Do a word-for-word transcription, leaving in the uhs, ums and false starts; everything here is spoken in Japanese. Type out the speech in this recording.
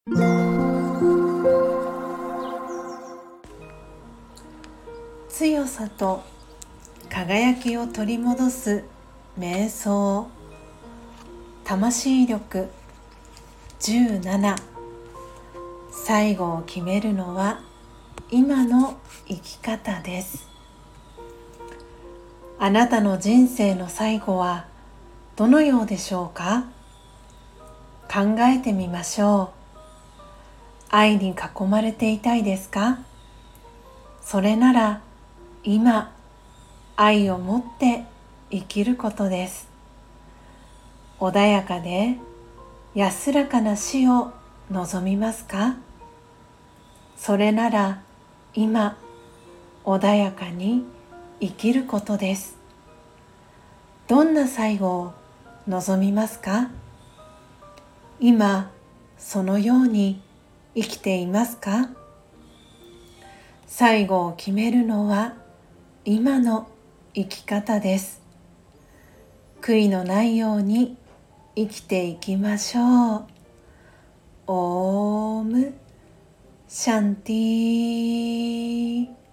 強さと輝きを取り戻す瞑想。魂力じゅうなな。最後を決めるのは今の生き方です。あなたの人生の最後はどのようでしょうか？考えてみましょう。愛に囲まれていたいですか？それなら今、愛を持って生きることです。穏やかで安らかな死を望みますか？それなら今、穏やかに生きることです。どんな最後を望みますか？今、そのように生きていますか？最後を決めるのは今の生き方です。悔いのないように生きていきましょう。オームシャンティー。